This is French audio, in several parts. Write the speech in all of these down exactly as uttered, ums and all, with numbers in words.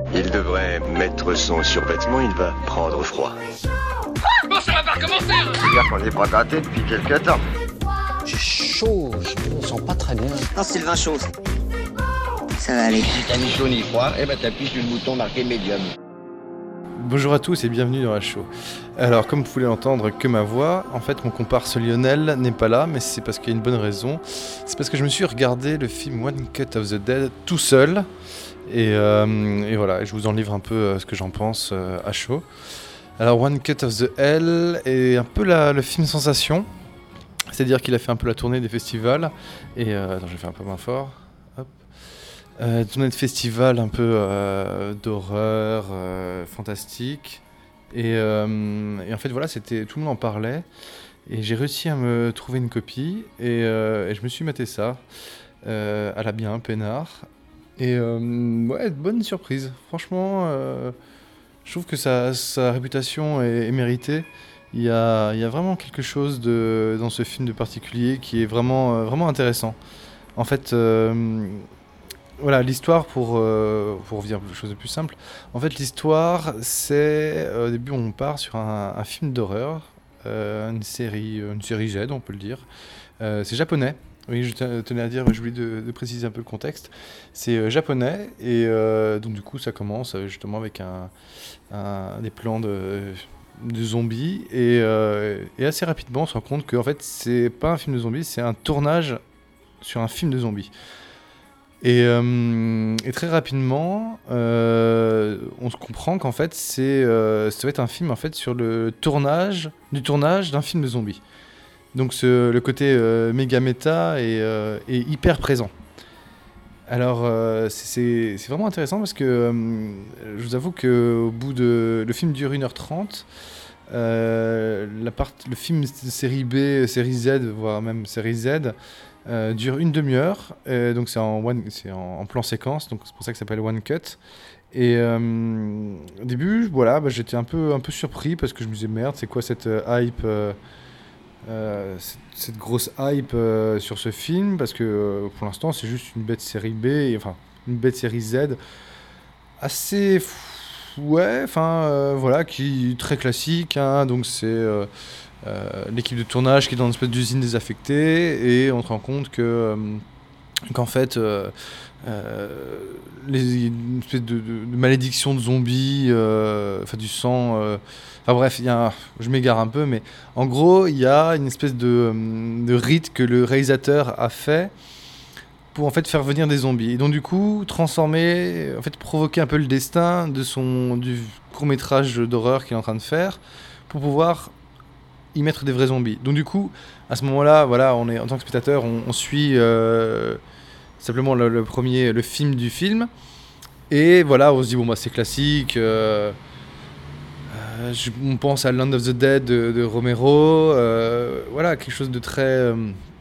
Il devrait mettre son survêtement, il va prendre froid. Bon, ça va pas recommencer. C'est dire qu'on n'est pas gâté depuis quelques temps. J'ai chaud, je me sens pas très bien. Non, c'est le vin chaud. Ça va aller. Si t'as ni chaud ni froid, eh ben t'appuies sur le bouton marqué médium. Bonjour à tous et bienvenue dans la show. Alors comme vous pouvez l'entendre que ma voix, en fait mon comparse Lionel n'est pas là, mais c'est parce qu'il y a une bonne raison. C'est parce que je me suis regardé le film One Cut of the Dead tout seul. Et, euh, et voilà, je vous en livre un peu euh, ce que j'en pense euh, à chaud. Alors One Cut of the Hell est un peu la, le film sensation. C'est-à-dire qu'il a fait un peu la tournée des festivals. Et euh, attends, je vais faire un peu moins fort. Hop. Euh, tournée de festival un peu euh, d'horreur, euh, fantastique. Et, euh, et en fait, voilà, c'était, tout le monde en parlait. Et j'ai réussi à me trouver une copie. Et, euh, et je me suis maté ça euh, à la bien, peinard. Et euh, ouais, bonne surprise. Franchement, euh, je trouve que sa, sa réputation est, est méritée. Il y a, il y a vraiment quelque chose de, dans ce film de particulier qui est vraiment, euh, vraiment intéressant. En fait... Euh, Voilà, l'histoire, pour, euh, pour revenir à quelque chose de plus simple, en fait l'histoire c'est, euh, au début on part sur un, un film d'horreur, euh, une, série, une série Z on peut le dire, euh, c'est japonais, oui je tenais à dire, j'ai oublié de, de préciser un peu le contexte, c'est euh, japonais et euh, donc du coup ça commence euh, justement avec un, un, des plans de, de zombies et, euh, et assez rapidement on se rend compte que en fait c'est pas un film de zombies, c'est un tournage sur un film de zombies. Et, euh, et très rapidement, euh, on se comprend qu'en fait, c'est, euh, ça va être un film en fait sur le tournage du tournage d'un film de zombies. Donc ce, le côté euh, méga méta est, euh, est hyper présent. Alors euh, c'est, c'est vraiment intéressant parce que euh, je vous avoue que au bout de le film dure une heure trente. Euh, la part, le film série B, série Z, voire même série Z. Euh, dure une demi-heure, euh, donc c'est, en, one, c'est en, en plan séquence, donc c'est pour ça que ça s'appelle One Cut. Et euh, au début, voilà, bah, j'étais un peu, un peu surpris parce que je me disais merde, c'est quoi cette euh, hype, euh, euh, cette, cette grosse hype euh, sur ce film, parce que euh, pour l'instant c'est juste une bête série B, et, enfin une bête série Z, assez f- ouais, enfin euh, voilà, qui très classique, hein, donc c'est euh, Euh, l'équipe de tournage qui est dans une espèce d'usine désaffectée et on se rend compte que euh, qu'en fait euh, euh, les, une espèce de, de, de malédiction de zombies, euh, enfin du sang, euh, enfin bref, il y a un, je m'égare un peu, mais en gros il y a une espèce de, de rite que le réalisateur a fait pour en fait faire venir des zombies et donc du coup transformer, en fait provoquer un peu le destin de son du court métrage d'horreur qu'il est en train de faire pour pouvoir y mettre des vrais zombies. Donc du coup, à ce moment-là, voilà, on est en tant que spectateur, on, on suit euh, simplement le, le premier, le film du film, et voilà, on se dit bon bah c'est classique. Euh, euh, je, on pense à Land of the Dead de, de Romero, euh, voilà, quelque chose de très, euh,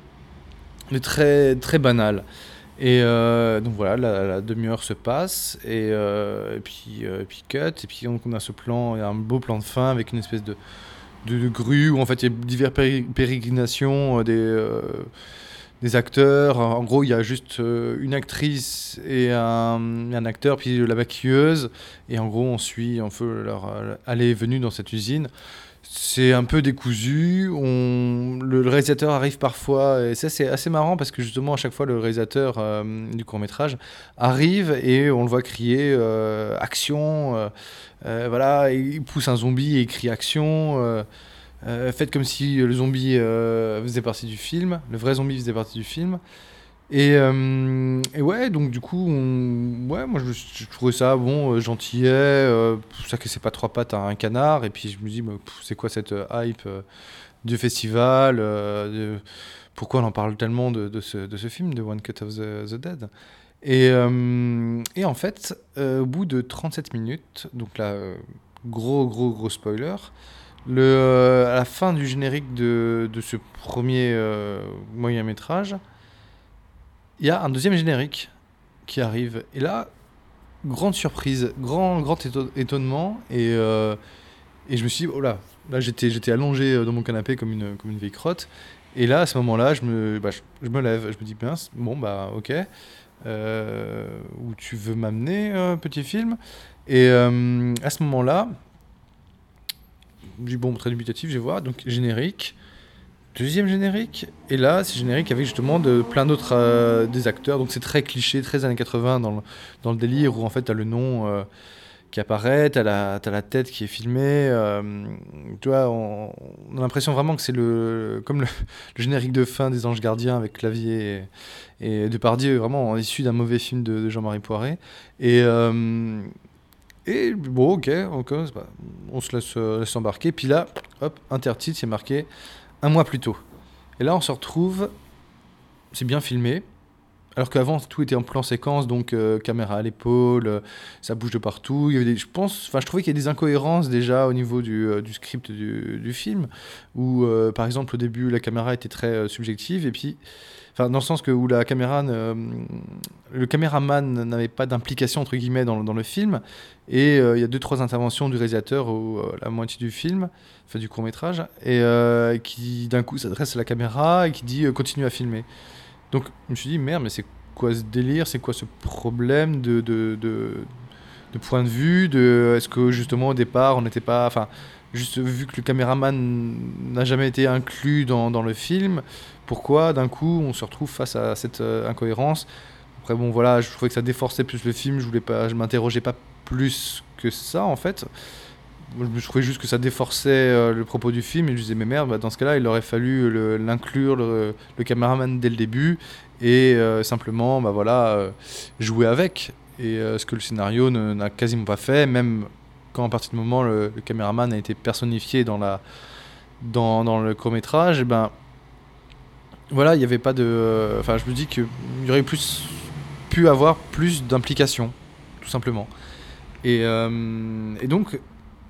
de très, très banal. Et euh, donc voilà, la, la demi-heure se passe et, euh, et puis, euh, et puis cut, et puis on a ce plan, il y a un beau plan de fin avec une espèce de De, de grue où en fait il y a diverses péri- pérégrinations euh, des, euh, des acteurs. En gros, il y a juste euh, une actrice et un, un acteur, puis la maquilleuse. Et en gros, on suit un peu leur euh, aller et venue dans cette usine. C'est un peu décousu. On... Le, le réalisateur arrive parfois, et ça c'est assez marrant parce que justement à chaque fois le réalisateur euh, du court-métrage arrive et on le voit crier euh, action. Euh, euh, voilà, il pousse un zombie et il crie action. Euh, euh, faites comme si le zombie euh, faisait partie du film, le vrai zombie faisait partie du film. Et, euh, et ouais, donc du coup, on... ouais, moi je, je trouvais ça bon, euh, gentillet, euh, ça que c'est pas trois pattes à un canard. Et puis je me dis, bah, pff, c'est quoi cette euh, hype euh, du festival euh, de... Pourquoi on en parle tellement de, de, ce, de ce film, de One Cut of the, the Dead. Et, euh, et en fait, euh, au bout de trente-sept minutes, donc là, euh, gros, gros, gros spoiler, le, euh, à la fin du générique de, de ce premier euh, moyen métrage, il y a un deuxième générique qui arrive. Et là, grande surprise, grand, grand éton- étonnement. Et, euh, et je me suis dit, oh là, là j'étais, j'étais allongé dans mon canapé comme une, comme une vieille crotte. Et là, à ce moment-là, je me, bah, je, je me lève. Je me dis, mince, bon, bah, ok. euh, où tu veux m'amener, euh, petit film. Et euh, à ce moment-là, je dis bon, très dubitatif, je vais voir, donc générique, deuxième générique, et là c'est générique avec justement de, plein d'autres euh, des acteurs, donc c'est très cliché, très années quatre-vingts dans le, dans le délire où en fait t'as le nom euh, qui apparaît, t'as la, t'as la tête qui est filmée, euh, tu vois, on, on a l'impression vraiment que c'est le, comme le, le générique de fin des Anges Gardiens avec Clavier et, et Depardieu, vraiment issu d'un mauvais film de, de Jean-Marie Poiret, et... Euh, Et bon, ok, okay bah, on se laisse, euh, laisse embarquer. Puis là, hop, intertitre, c'est marqué un mois plus tôt. Et là, on se retrouve, c'est bien filmé, alors qu'avant, tout était en plan séquence, donc euh, caméra à l'épaule, euh, ça bouge de partout. Il y avait des, je pense, enfin, je trouvais qu'il y a des incohérences déjà au niveau du, euh, du script du, du film, où, euh, par exemple, au début, la caméra était très euh, subjective, et puis... Enfin, dans le sens que où la caméra, ne, le caméraman n'avait pas d'implication entre guillemets dans, dans le film, et il euh, y a deux trois interventions du réalisateur au euh, la moitié du film, enfin du court métrage, et euh, qui d'un coup s'adresse à la caméra et qui dit euh, continue à filmer. Donc je me suis dit merde, mais c'est quoi ce délire, c'est quoi ce problème de de, de de point de vue, de est-ce que justement au départ on n'était pas, enfin juste vu que le caméraman n'a jamais été inclus dans dans le film. Pourquoi d'un coup on se retrouve face à cette euh, incohérence. Après bon voilà, je trouvais que ça déforçait plus le film, je voulais pas, je m'interrogeais pas plus que ça en fait. Je trouvais juste que ça déforçait euh, le propos du film et je me disais mais merde, bah, dans ce cas-là il aurait fallu le, l'inclure le, le caméraman dès le début et euh, simplement bah voilà euh, jouer avec. Et euh, ce que le scénario ne, n'a quasiment pas fait, même quand à partir du moment le, le caméraman a été personnifié dans la dans, dans le court-métrage, et ben voilà, il n'y avait pas de... Enfin, euh, je me dis qu'il y aurait plus, pu avoir plus d'implication, tout simplement. Et, euh, et donc,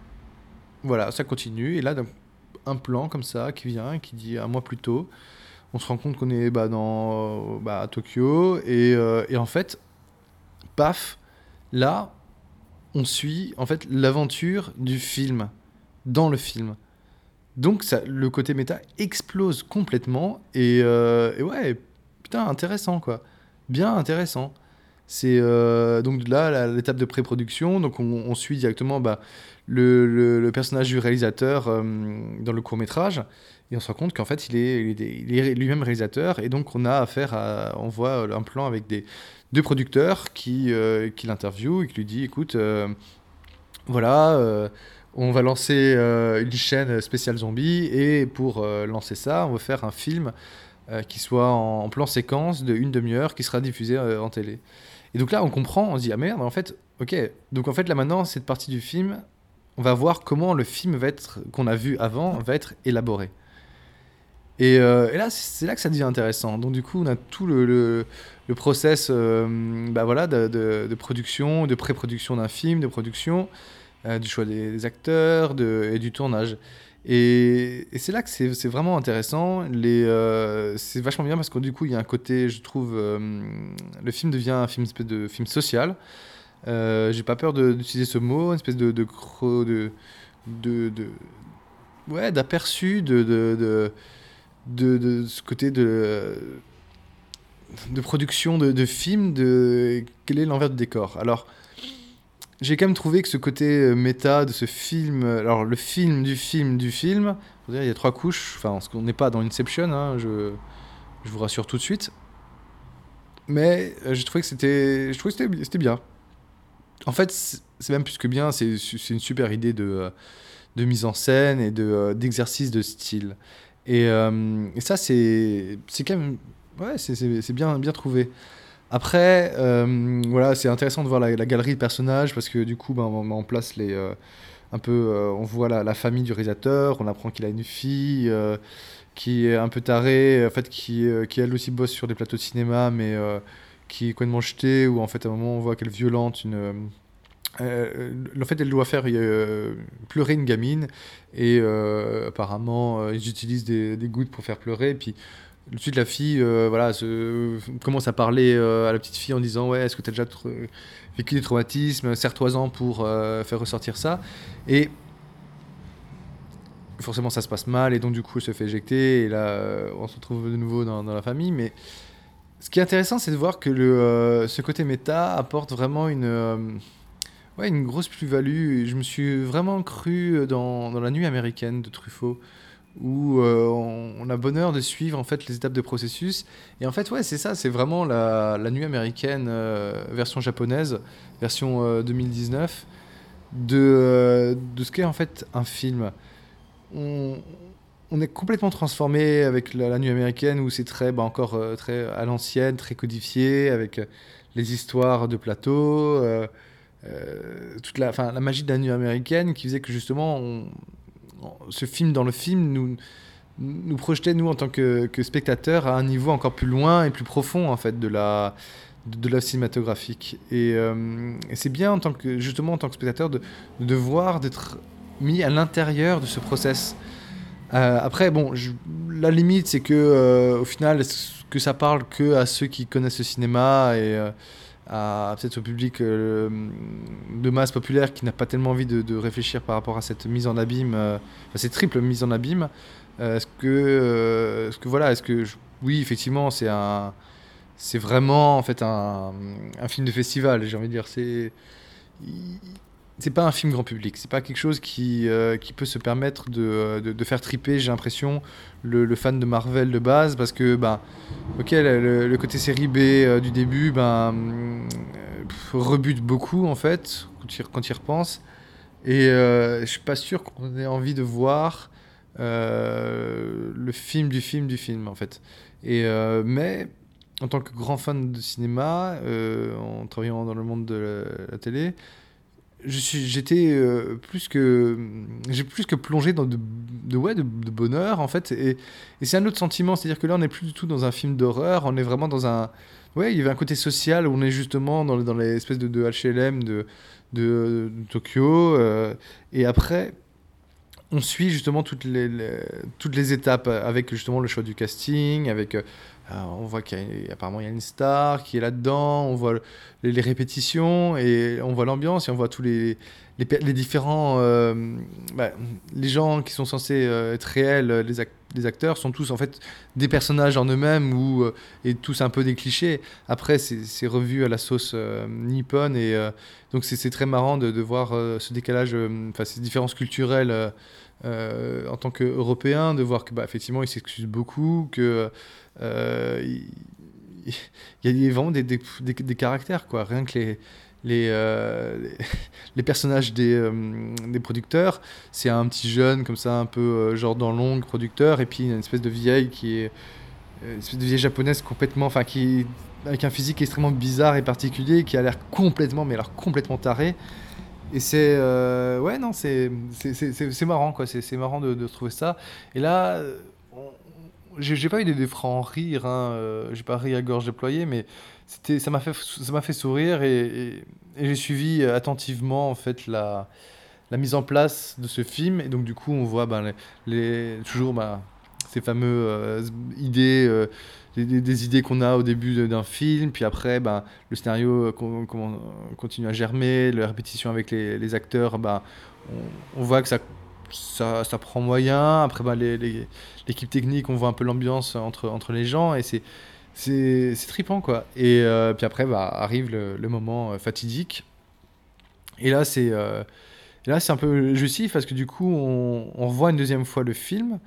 voilà, ça continue. Et là, un plan comme ça qui vient, qui dit un mois plus tôt, on se rend compte qu'on est bah, dans, bah, à Tokyo. Et, euh, et en fait, paf, là, on suit en fait l'aventure du film, dans le film. Donc ça, le côté méta explose complètement et, euh, et ouais, putain, intéressant quoi, bien intéressant. C'est euh, donc là la, l'étape de pré-production, donc on, on suit directement bah, le, le, le personnage du réalisateur euh, dans le court-métrage et on se rend compte qu'en fait il est, il est, il est lui-même réalisateur et donc on a affaire à, on voit un plan avec des deux producteurs qui, euh, qui l'interviewent et qui lui dit écoute, euh, voilà... Euh, on va lancer euh, une chaîne spéciale zombie et pour euh, lancer ça, on va faire un film euh, qui soit en, en plan séquence de une demi-heure qui sera diffusé euh, en télé. Et donc là, on comprend, on se dit ah merde, en fait, ok. Donc en fait là maintenant, cette partie du film, on va voir comment le film va être qu'on a vu avant va être élaboré. Et, euh, et là, c'est là que ça devient intéressant. Donc du coup, on a tout le, le, le process, euh, bah voilà, de, de, de production, de pré-production d'un film, de production. Euh, du choix des, des acteurs de, et du tournage. Et, et c'est là que c'est, c'est vraiment intéressant. Les, euh, c'est vachement bien parce que du coup, il y a un côté, je trouve, euh, le film devient un film, une espèce de film social. Euh, j'ai pas peur de, d'utiliser ce mot, une espèce de, de, de, de, de, de ouais, d'aperçu de, de, de, de, de ce côté de, de production de, de film, de quel est l'envers du décor. Alors, j'ai quand même trouvé que ce côté méta de ce film, alors le film du film du film, faut dire, il y a trois couches, enfin on n'est pas dans Inception, hein, je, je vous rassure tout de suite, mais euh, j'ai trouvé que c'était, je trouvais que c'était, c'était bien. En fait, c'est, c'est même plus que bien, c'est, c'est une super idée de, de mise en scène et de, d'exercice de style. Et, euh, et ça, c'est, c'est quand même, ouais, c'est, c'est, c'est bien, bien trouvé. Après, euh, voilà, c'est intéressant de voir la, la galerie de personnages parce que du coup, ben, on met en place les, euh, un peu, euh, on voit la, la famille du réalisateur, on apprend qu'il a une fille euh, qui est un peu tarée, en fait, qui, euh, qui elle aussi bosse sur des plateaux de cinéma, mais euh, qui est complètement jetée, où en fait, à un moment, on voit qu'elle violente une. Euh, euh, en fait, elle doit faire euh, pleurer une gamine et euh, apparemment, euh, ils utilisent des, des gouttes pour faire pleurer, et puis. Tout de suite, la fille euh, voilà, se, commence à parler euh, à la petite fille en disant ouais, est-ce que tu as déjà tr- vécu des traumatismes, serre-toi-en pour euh, faire ressortir ça. Et forcément, ça se passe mal et donc du coup, elle se fait éjecter et là, euh, on se retrouve de nouveau dans, dans la famille. Mais ce qui est intéressant, c'est de voir que le, euh, ce côté méta apporte vraiment une, euh, ouais, une grosse plus-value. Et je me suis vraiment cru dans, dans La Nuit américaine de Truffaut, où euh, on, on a bonheur de suivre en fait les étapes de processus. Et en fait, ouais, c'est ça, c'est vraiment la, la Nuit américaine euh, version japonaise, version euh, deux mille dix-neuf, de, euh, de ce qu'est en fait un film. On, on est complètement transformé avec la, la Nuit américaine, où c'est très, bah, encore euh, très à l'ancienne, très codifié, avec euh, les histoires de plateau, euh, euh, toute la, enfin, la magie de la Nuit américaine qui faisait que justement, on, on- ce film dans le film nous, nous projetait, nous, en tant que, que spectateurs, à un niveau encore plus loin et plus profond, en fait, de la, de, de la cinématographique. Et, euh, et c'est bien, en tant que, justement, en tant que spectateur, de, de voir, d'être mis à l'intérieur de ce process. Euh, après, bon, je- la limite, c'est que, euh, au final, est-ce que ça parle que à ceux qui connaissent le cinéma et euh, à peut-être au public euh, de masse populaire qui n'a pas tellement envie de, de réfléchir par rapport à cette mise en abîme, euh, enfin, cette triple mise en abîme. Euh, est-ce que, euh, est-ce que voilà, est-ce que je- oui, effectivement, c'est un, c'est vraiment en fait un, un film de festival. J'ai envie de dire, c'est c'est pas un film grand public, c'est pas quelque chose qui, euh, qui peut se permettre de, de, de faire triper, j'ai l'impression, le, le fan de Marvel de base, parce que, ben, ok, le, le- le côté série B euh, du début, ben, hum, euh, pff, rebute beaucoup, en fait, quand tu y, quand tu y repenses, et euh, je suis pas sûr qu'on ait envie de voir euh, le film du film du film, en fait. Et, euh, mais, en tant que grand fan de cinéma, euh, en travaillant dans le monde de la, la télé, je suis, j'étais euh, plus que, j'ai plus que plongé dans de, de, ouais, de, de bonheur en fait, et, et c'est un autre sentiment, c'est-à-dire que là on n'est plus du tout dans un film d'horreur, on est vraiment dans un, ouais, il y avait un côté social où on est justement dans, dans les espèces de, de H L M de, de, de Tokyo, euh, et après on suit justement toutes les, les- toutes les étapes avec justement le choix du casting, avec euh, euh, on voit qu'apparemment il y a une star qui est là-dedans, on voit le- les, les répétitions et on voit l'ambiance et on voit tous les, les, per- les différents euh, bah, les gens qui sont censés euh, être réels, les, ac- les acteurs sont tous en fait des personnages en eux-mêmes ou euh, et tous un peu des clichés. Après c'est c'est revu à la sauce euh, nippone et euh, donc c'est c'est très marrant de, de voir euh, ce décalage, euh, enfin ces différences culturelles euh, euh, en tant qu'Européen, de voir que bah, effectivement ils s'excusent beaucoup, que euh, il il y a vraiment des, des, des, des caractères quoi, rien que les les, euh, les, les personnages des, euh, des producteurs, c'est un petit jeune comme ça un peu euh, genre dans l'ongle producteur et puis une espèce de vieille qui est euh, une espèce de vieille japonaise complètement, enfin qui avec un physique extrêmement bizarre et particulier qui a l'air complètement mais alors complètement taré. Et c'est euh, ouais non c'est c'est c'est c'est- c'est marrant quoi, c'est c'est marrant de, de trouver ça. Et là euh, on- j'ai j'ai pas eu des, des francs rires, hein, euh, j'ai pas ri à gorge déployée, mais c'était ça m'a fait ça m'a fait sourire et, et- et j'ai suivi euh, attentivement en fait la la mise en place de ce film. Et donc du coup on voit ben, les, les- toujours ben, ces fameux euh, idées euh, des, des- des idées qu'on a au début de- d'un film, puis après ben, le scénario euh, con- con- continue à germer, la répétition avec les, les acteurs, ben, on, on voit que ça, ça, ça prend moyen. Après ben, les- les- l'équipe technique, on voit un peu l'ambiance entre, entre les gens et c'est c'est c'est trippant quoi. Et euh, puis après bah, arrive le, le moment euh, fatidique. Et là c'est euh, et là c'est un peu justif parce que du coup on, on revoit une deuxième fois le film.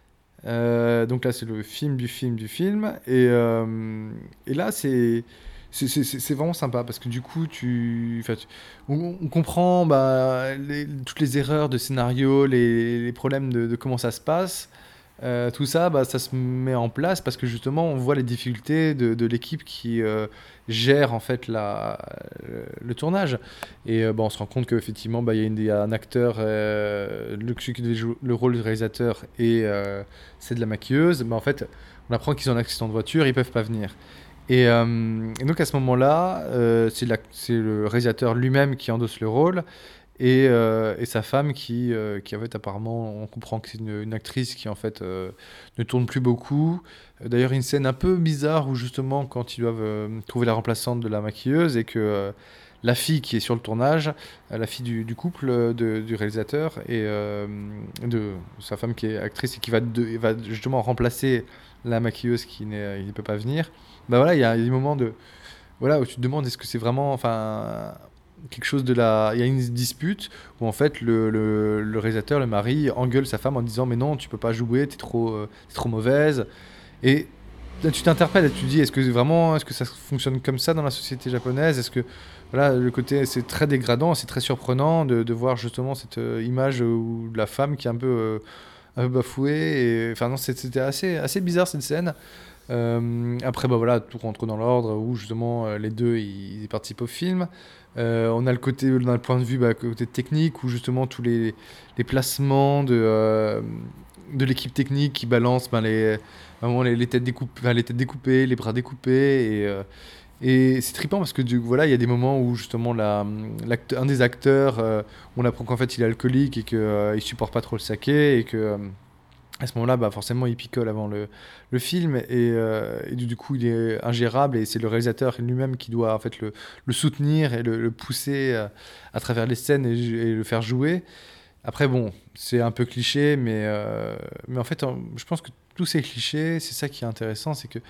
Euh, donc là, c'est le film du film du film. Et, euh, et là, c'est c'est c'est- c'est- c'est vraiment sympa parce que du coup, tu, enfin, tu- on, on comprend bah, les- toutes les erreurs de scénario, les, les problèmes de, de comment ça se passe. Euh, tout ça, bah, ça se met en place parce que justement, on voit les difficultés de, de l'équipe qui euh, gère en fait la, le, le tournage. Et euh, bah, on se rend compte qu'effectivement, bah, il y a une- il y a un acteur, euh, le, celui qui devait jouer le rôle du réalisateur, et euh, c'est de la maquilleuse. Bah, en fait, on apprend qu'ils ont un accident de voiture, ils peuvent pas venir. Et, euh, et donc à ce moment-là, euh, c'est la- c'est le réalisateur lui-même qui endosse le rôle et, euh, et sa femme qui, euh, qui en fait apparemment, on comprend que c'est une, une actrice qui en fait euh, ne tourne plus beaucoup. Euh, D'ailleurs, une scène un peu bizarre où justement quand ils doivent euh, trouver la remplaçante de la maquilleuse et que euh, la fille qui est sur le tournage, euh, la fille du, du couple euh, de, du réalisateur et euh, de sa femme qui est actrice et qui va, de, va justement remplacer la maquilleuse qui n'est, il ne peut pas venir. Bah voilà, il y a des moments de, voilà, où tu te demandes est-ce que c'est vraiment, enfin, quelque chose de la, il y a une dispute où en fait le, le, le réalisateur, le mari, engueule sa femme en disant mais non, tu peux pas jouer, t'es trop, euh, t'es trop mauvaise. Et là, tu t'interpelles et tu te dis est-ce que vraiment, est-ce que ça fonctionne comme ça dans la société japonaise? Est-ce que voilà, le côté c'est très dégradant, c'est très surprenant de, de voir justement cette euh, image où la femme qui est un peu, euh, un peu bafouée. Et enfin non, c'était assez, assez bizarre cette scène. Euh, après bah voilà, tout rentre dans l'ordre où justement euh, les deux ils, ils participent au film. Euh, on a le côté, on a le point de vue bah, côté technique où justement tous les, les placements de euh, de l'équipe technique qui balance ben, les, vraiment les, les, têtes découpées, enfin, les têtes découpées, les bras découpés. Et, euh, et c'est trippant parce que du, voilà, il y a des moments où justement la, un des acteurs, euh, on apprend qu'en fait il est alcoolique et qu'il euh, ne supporte pas trop le saké. Et que euh, à ce moment-là, bah, forcément, il picole avant le, le film. Et, euh, et du, du coup, il est ingérable. Et c'est le réalisateur lui-même qui doit en fait, le, le soutenir et le, le pousser à, à travers les scènes et, et le faire jouer. Après, bon, c'est un peu cliché, mais, euh, mais en fait, je pense que tous ces clichés, c'est ça qui est intéressant, c'est que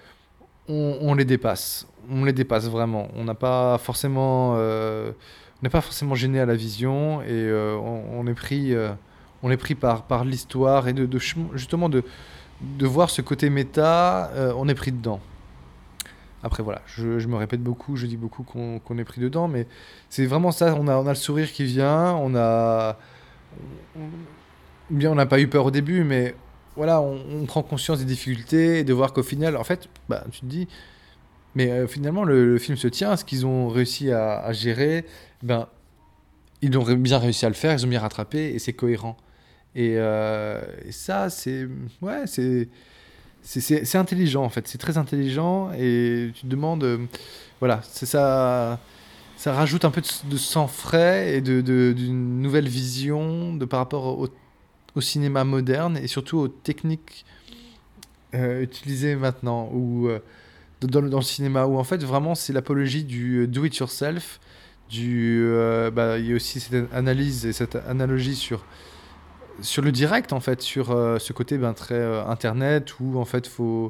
on, on les dépasse. On les dépasse vraiment. On n'a pas forcément, euh, on n'est pas forcément gêné à la vision et euh, on, on est pris, euh, on est pris par, par l'histoire et de, de justement de, de voir ce côté méta. Euh, on est pris dedans. Après voilà, je, je me répète beaucoup, je dis beaucoup qu'on, qu'on est pris dedans, mais c'est vraiment ça. On a, on a le sourire qui vient, on a bien on n'a pas eu peur au début, mais voilà, on, on prend conscience des difficultés et de voir qu'au final, en fait, bah, tu te dis, mais euh, finalement, le, le film se tient, ce qu'ils ont réussi à, à gérer, ben, ils ont bien réussi à le faire, ils ont bien rattrapé et c'est cohérent. Et, euh, et ça, c'est, ouais, c'est, c'est, c'est, c'est intelligent en fait, c'est très intelligent et tu te demandes, euh, voilà, c'est ça. Ça rajoute un peu de, de sang frais et de, de, d'une nouvelle vision de, par rapport au, au cinéma moderne et surtout aux techniques euh, utilisées maintenant ou euh, dans, dans le cinéma où en fait vraiment c'est l'apologie du do it yourself, du euh, bah, il y a aussi cette analyse et cette analogie sur sur le direct en fait, sur euh, ce côté ben, très euh, internet où en fait faut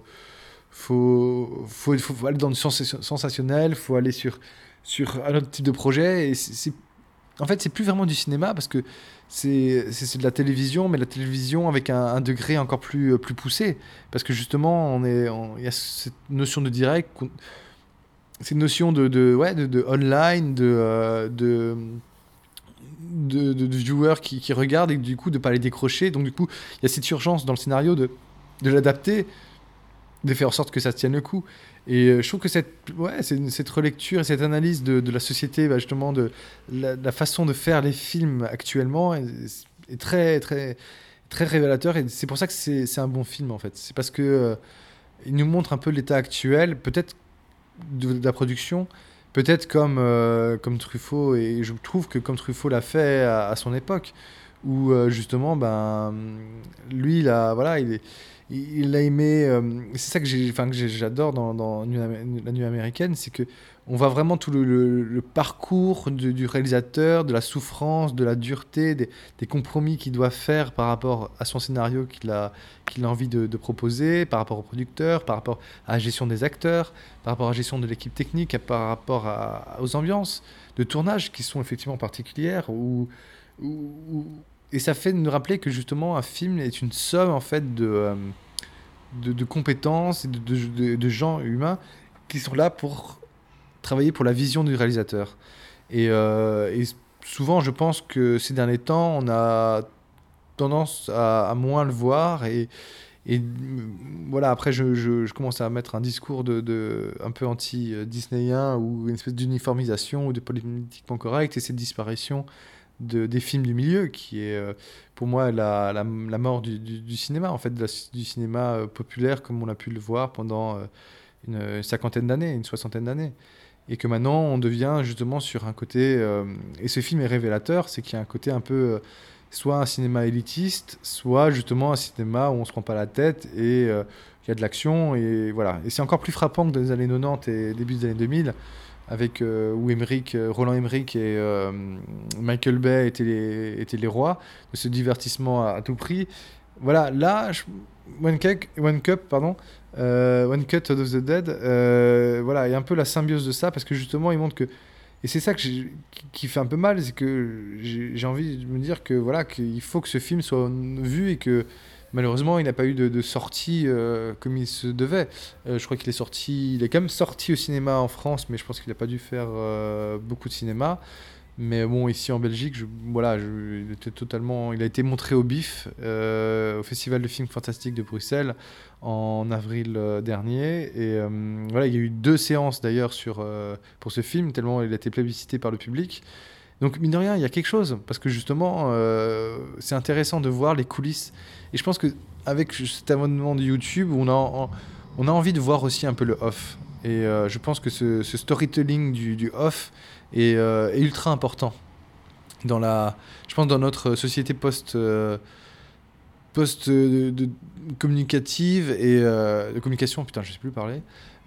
faut faut, faut, faut aller dans le sens- sensationnel, faut aller sur sur un autre type de projet. Et c'est, c'est, en fait, c'est plus vraiment du cinéma parce que c'est, c'est, c'est de la télévision, mais la télévision avec un, un degré encore plus, plus poussé. Parce que justement, on est, il y a cette notion de direct, cette notion de, de, ouais, de, de online, de, euh, de, de, de, de viewers qui, qui regardent et du coup de ne pas les décrocher. Donc du coup, il y a cette urgence dans le scénario de, de l'adapter, de faire en sorte que ça tienne le coup. Et euh, je trouve que cette, ouais, c'est, cette relecture et cette analyse de, de la société, bah, justement, de la, la façon de faire les films actuellement est, est très, très, très révélateur. Et c'est pour ça que c'est, c'est un bon film, en fait. C'est parce que euh, il nous montre un peu l'état actuel, peut-être de, de la production, peut-être comme, euh, comme Truffaut, et je trouve que comme Truffaut l'a fait à, à son époque, où euh, justement, ben, lui, il a, voilà, il est... il a aimé, euh, c'est ça que, j'ai, enfin, que j'ai, j'adore dans, dans La Nuit américaine, c'est qu'on voit vraiment tout le, le, le parcours de, du réalisateur, de la souffrance, de la dureté, des, des compromis qu'il doit faire par rapport à son scénario qu'il a, qu'il a envie de, de proposer, par rapport au producteur, par rapport à la gestion des acteurs, par rapport à la gestion de l'équipe technique, par rapport à, aux ambiances de tournage qui sont effectivement particulières. Où, où, où, et ça fait nous rappeler que justement un film est une somme en fait de, euh, de, de compétences et de, de, de, de gens humains qui sont là pour travailler pour la vision du réalisateur. Et, euh, et souvent, je pense que ces derniers temps, on a tendance à, à moins le voir. Et, et voilà, après, je, je, je commence à mettre un discours de, de, un peu anti-disneyen ou une espèce d'uniformisation ou de politiquement correct et cette disparition de, des films du milieu qui est euh, pour moi la, la, la mort du, du, du cinéma, en fait, de la, du cinéma euh, populaire comme on a pu le voir pendant euh, une cinquantaine d'années, une soixantaine d'années. Et que maintenant, on devient justement sur un côté... Euh, et ce film est révélateur, c'est qu'il y a un côté un peu... Euh, soit un cinéma élitiste, soit justement un cinéma où on ne se prend pas la tête et il euh, y a de l'action. Et, voilà. Et c'est encore plus frappant que dans les années quatre-vingt-dix et début des années deux mille, avec euh, où Emmerich, euh, Roland Emmerich et euh, Michael Bay étaient les, étaient les rois de ce divertissement à, à tout prix. Voilà, là, je, One, Cup, One Cup, pardon, euh, One Cut of the Dead, euh, voilà, il y a un peu la symbiose de ça, parce que justement, il montre que, et c'est ça que j'ai, qui, qui fait un peu mal, c'est que j'ai, j'ai envie de me dire que voilà, qu'il faut que ce film soit vu et que malheureusement, il n'a pas eu de, de sortie euh, comme il se devait. Euh, je crois qu'il est sorti, il est quand même sorti au cinéma en France, mais je pense qu'il n'a pas dû faire euh, beaucoup de cinéma. Mais bon, ici en Belgique, je, voilà, je, il était totalement, il a été montré au B I F, euh, au Festival de films fantastiques de Bruxelles, en avril euh, dernier. Et euh, voilà, il y a eu deux séances d'ailleurs sur euh, pour ce film, tellement il a été plébiscité par le public. Donc, mine de rien, il y a quelque chose, parce que justement, euh, c'est intéressant de voir les coulisses. Et je pense qu'avec cet abonnement de YouTube, on a, on a envie de voir aussi un peu le off. Et euh, je pense que ce, ce storytelling du, du off est, euh, est ultra important. Dans la, je pense dans notre société post, euh, post de, de communicative et euh, de communication, putain, je ne sais plus parler.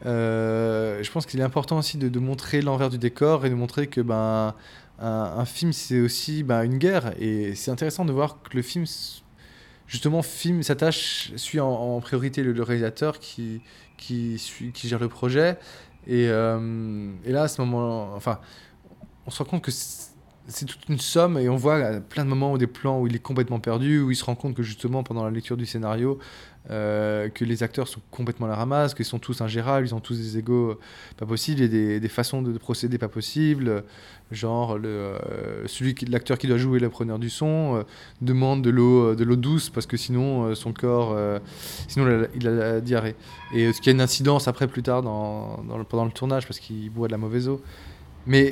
Euh, je pense qu'il est important aussi de, de montrer l'envers du décor et de montrer que ben, un, un film, c'est aussi ben, une guerre. Et c'est intéressant de voir que le film, justement, film s'attache, suit en, en priorité le, le réalisateur qui, qui, suit, qui gère le projet. Et, euh, et là, à ce moment, enfin, on se rend compte que c'est, c'est toute une somme, et on voit plein de moments ou des plans où il est complètement perdu, où il se rend compte que justement, pendant la lecture du scénario, Euh, que les acteurs sont complètement à la ramasse, qu'ils sont tous ingérables, ils ont tous des égos pas possibles, et des, des façons de, de procéder pas possibles, genre le, euh, celui qui, l'acteur qui doit jouer le preneur du son euh, demande de l'eau, de l'eau douce parce que sinon euh, son corps, euh, sinon il a, il a la diarrhée. Et euh, ce qui a une incidence après plus tard dans, dans le, pendant le tournage parce qu'il boit de la mauvaise eau. Mais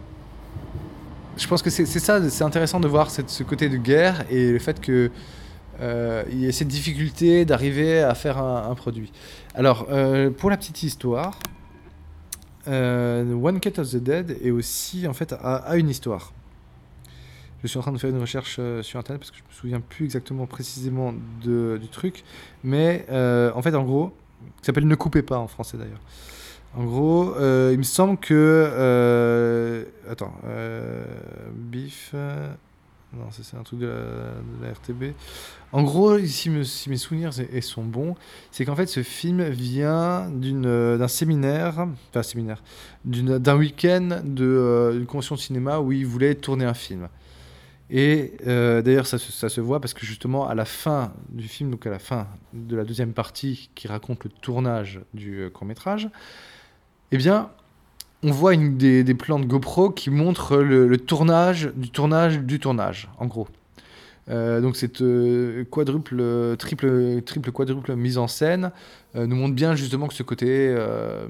je pense que c'est, c'est ça, c'est intéressant de voir cette, ce côté de guerre et le fait que Euh, il y a cette difficulté d'arriver à faire un, un produit. Alors, euh, pour la petite histoire, euh, One Cut of the Dead est aussi, en fait, a, a une histoire. Je suis en train de faire une recherche euh, sur Internet parce que je me souviens plus exactement précisément de, du truc, mais euh, en fait, en gros, ça s'appelle Ne coupez pas en français d'ailleurs. En gros, euh, il me semble que... Euh, attends, euh, Bif... Euh, non, ça, c'est un truc de la, de la R T B. En gros, si, me, si mes souvenirs sont bons, c'est qu'en fait, ce film vient d'une, d'un séminaire, enfin séminaire, d'une, d'un week-end de, euh, d'une convention de cinéma où ils voulaient tourner un film. Et euh, d'ailleurs, ça, ça se voit parce que justement, à la fin du film, donc à la fin de la deuxième partie qui raconte le tournage du euh, court-métrage, eh bien... on voit une des, des plans de GoPro qui montrent le, le tournage du tournage du tournage, en gros. Euh, donc cette euh, quadruple, triple, triple, quadruple mise en scène euh, nous montre bien justement que ce côté, euh,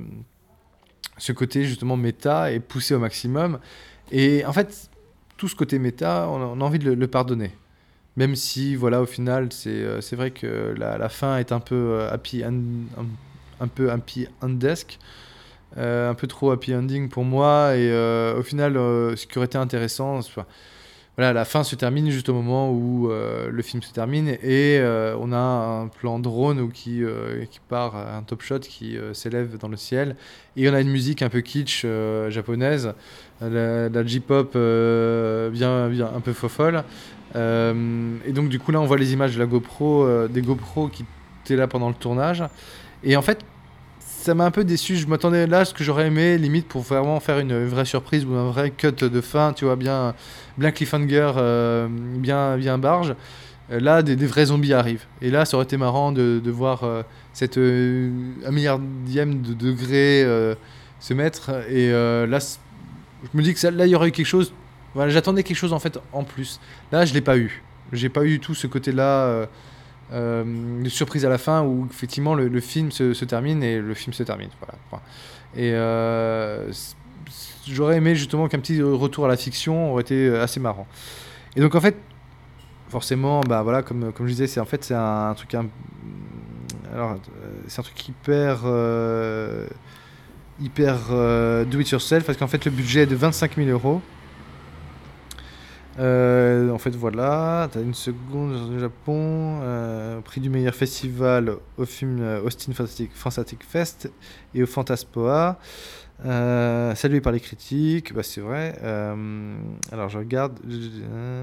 ce côté justement méta est poussé au maximum. Et en fait, tout ce côté méta, on a, on a envie de le, le pardonner. Même si, voilà, au final, c'est, euh, c'est vrai que la, la fin est un peu euh, happy, un, un, un peu happy endesque. Euh, un peu trop happy ending pour moi et euh, au final euh, ce qui aurait été intéressant c'est, voilà, la fin se termine juste au moment où euh, le film se termine et euh, on a un plan drone où qui, euh, qui part, un top shot qui euh, s'élève dans le ciel et on a une musique un peu kitsch euh, japonaise, la, la J-pop euh, bien, bien un peu fofolle euh, et donc du coup là on voit les images de la GoPro, euh, des GoPro qui étaient là pendant le tournage et en fait ça m'a un peu déçu, je m'attendais là à ce que j'aurais aimé, limite pour vraiment faire une vraie surprise ou un vrai cut de fin, tu vois, bien, bien cliffhanger, euh, bien, bien barge. Euh, là, des, des vrais zombies arrivent. Et là, ça aurait été marrant de, de voir euh, cette euh, un milliardième de degré euh, se mettre. Et euh, là, je me dis que ça, là, il y aurait eu quelque chose. Voilà, j'attendais quelque chose en fait en plus. Là, je l'ai pas eu. J'ai pas eu du tout ce côté-là. Euh, Euh, de surprise à la fin où effectivement le, le film se, se termine et le film se termine voilà. Et euh, j'aurais aimé justement qu'un petit retour à la fiction aurait été assez marrant et donc en fait forcément bah voilà comme, comme je disais c'est en fait c'est un, un truc un, alors c'est un truc hyper euh, hyper euh, do it yourself parce qu'en fait le budget est de vingt-cinq mille euros. Euh, en fait, voilà, t'as une seconde au Japon, euh, prix du meilleur festival au film Austin Fantastic, Fantastic Fest et au Fantaspoa. Euh, salué par les critiques, bah, c'est vrai. Euh, alors je regarde. Euh,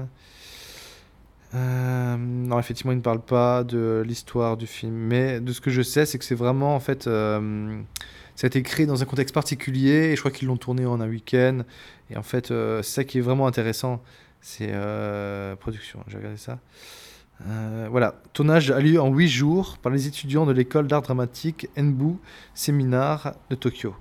euh, non, effectivement, il ne parle pas de l'histoire du film, mais de ce que je sais, c'est que c'est vraiment en fait, euh, ça a été créé dans un contexte particulier, et je crois qu'ils l'ont tourné en un week-end. Et en fait, euh, c'est ça qui est vraiment intéressant, c'est euh, production. J'ai regardé ça. Euh, voilà, tournage a lieu en huit jours par les étudiants de l'école d'art dramatique Enbu Seminar de Tokyo.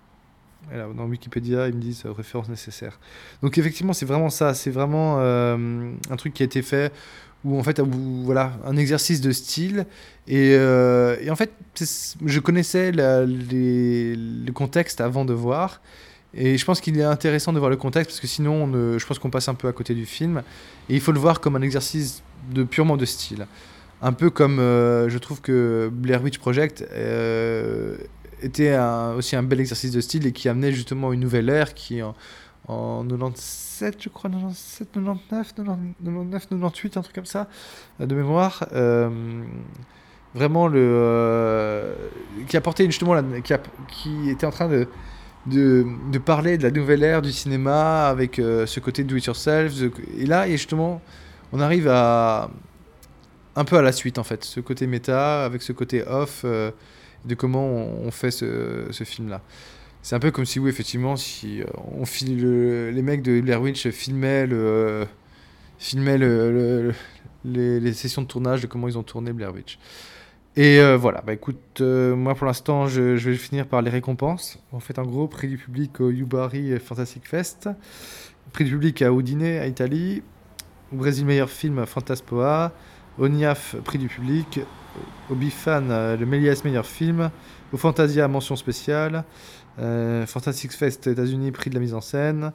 Et là, dans Wikipédia, ils me disent euh, référence nécessaire. Donc effectivement, c'est vraiment ça. C'est vraiment euh, un truc qui a été fait où en fait, où, voilà, un exercice de style. Et, euh, et en fait, je connaissais la, les, le contexte avant de voir. Et je pense qu'il est intéressant de voir le contexte parce que sinon, on ne, je pense qu'on passe un peu à côté du film. Et il faut le voir comme un exercice de purement de style. Un peu comme euh, je trouve que Blair Witch Project euh, était un, aussi un bel exercice de style et qui amenait justement une nouvelle ère qui en, en quatre-vingt-dix-sept, je crois, quatre-vingt-dix-sept, quatre-vingt-dix-neuf, quatre-vingt-dix-neuf, quatre-vingt-dix-huit, un truc comme ça, de mémoire. Euh, vraiment, le, euh, qui apportait justement, la, qui, a, qui était en train de, de, de parler de la nouvelle ère du cinéma avec euh, ce côté do-it-yourself. Et là, et justement, on arrive à un peu à la suite en fait, ce côté méta avec ce côté off. Euh, de comment on, on fait ce, ce film-là. C'est un peu comme si, oui, effectivement, si euh, on file le, les mecs de Blair Witch filmaient, le, euh, filmaient le, le, le, les, les sessions de tournage de comment ils ont tourné Blair Witch. Et euh, voilà, bah écoute, euh, moi pour l'instant, je, je vais finir par les récompenses. En fait, en gros, prix du public au Yubari Fantastic Fest, prix du public à Udine, à Italie, au Brésil, meilleur film, Fantaspoa, au N I A F, prix du public, au Bifan, euh, le Méliès meilleur film, au Fantasia mention spéciale, euh, Fantastic Fest États-Unis prix de la mise en scène,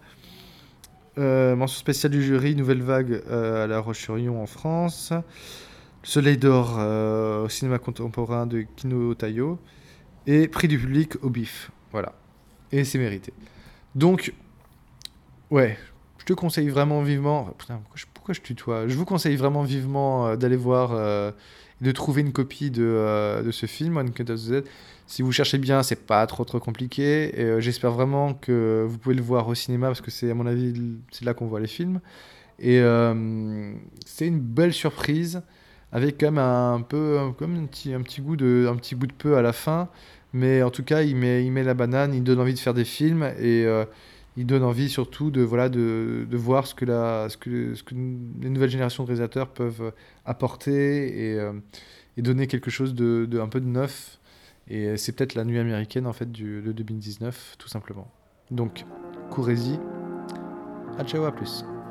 euh, mention spéciale du jury Nouvelle Vague euh, à La Roche-sur-Yon en France, Soleil d'or euh, au cinéma contemporain de Kino Tayo et prix du public au B I F. Voilà, et c'est mérité. Donc, ouais, je te conseille vraiment vivement. Putain, pourquoi je, pourquoi je tutoie ? Je vous conseille vraiment vivement euh, d'aller voir. Euh, de trouver une copie de, euh, de ce film, One Cut of the Dead. Si vous cherchez bien, c'est pas trop trop compliqué. Et euh, j'espère vraiment que vous pouvez le voir au cinéma parce que c'est à mon avis c'est là qu'on voit les films. Et euh, c'est une belle surprise avec quand même un, un peu un, comme un petit un petit goût de un petit goût de peu à la fin. Mais en tout cas, il met il met la banane, il donne envie de faire des films et euh, il donne envie surtout de, voilà, de, de voir ce que, la, ce, que, ce que les nouvelles générations de réalisateurs peuvent apporter et, euh, et donner quelque chose de, de un peu de neuf. Et c'est peut-être la nuit américaine en fait, du, de deux mille dix-neuf, tout simplement. Donc, courez-y. À ciao, à plus.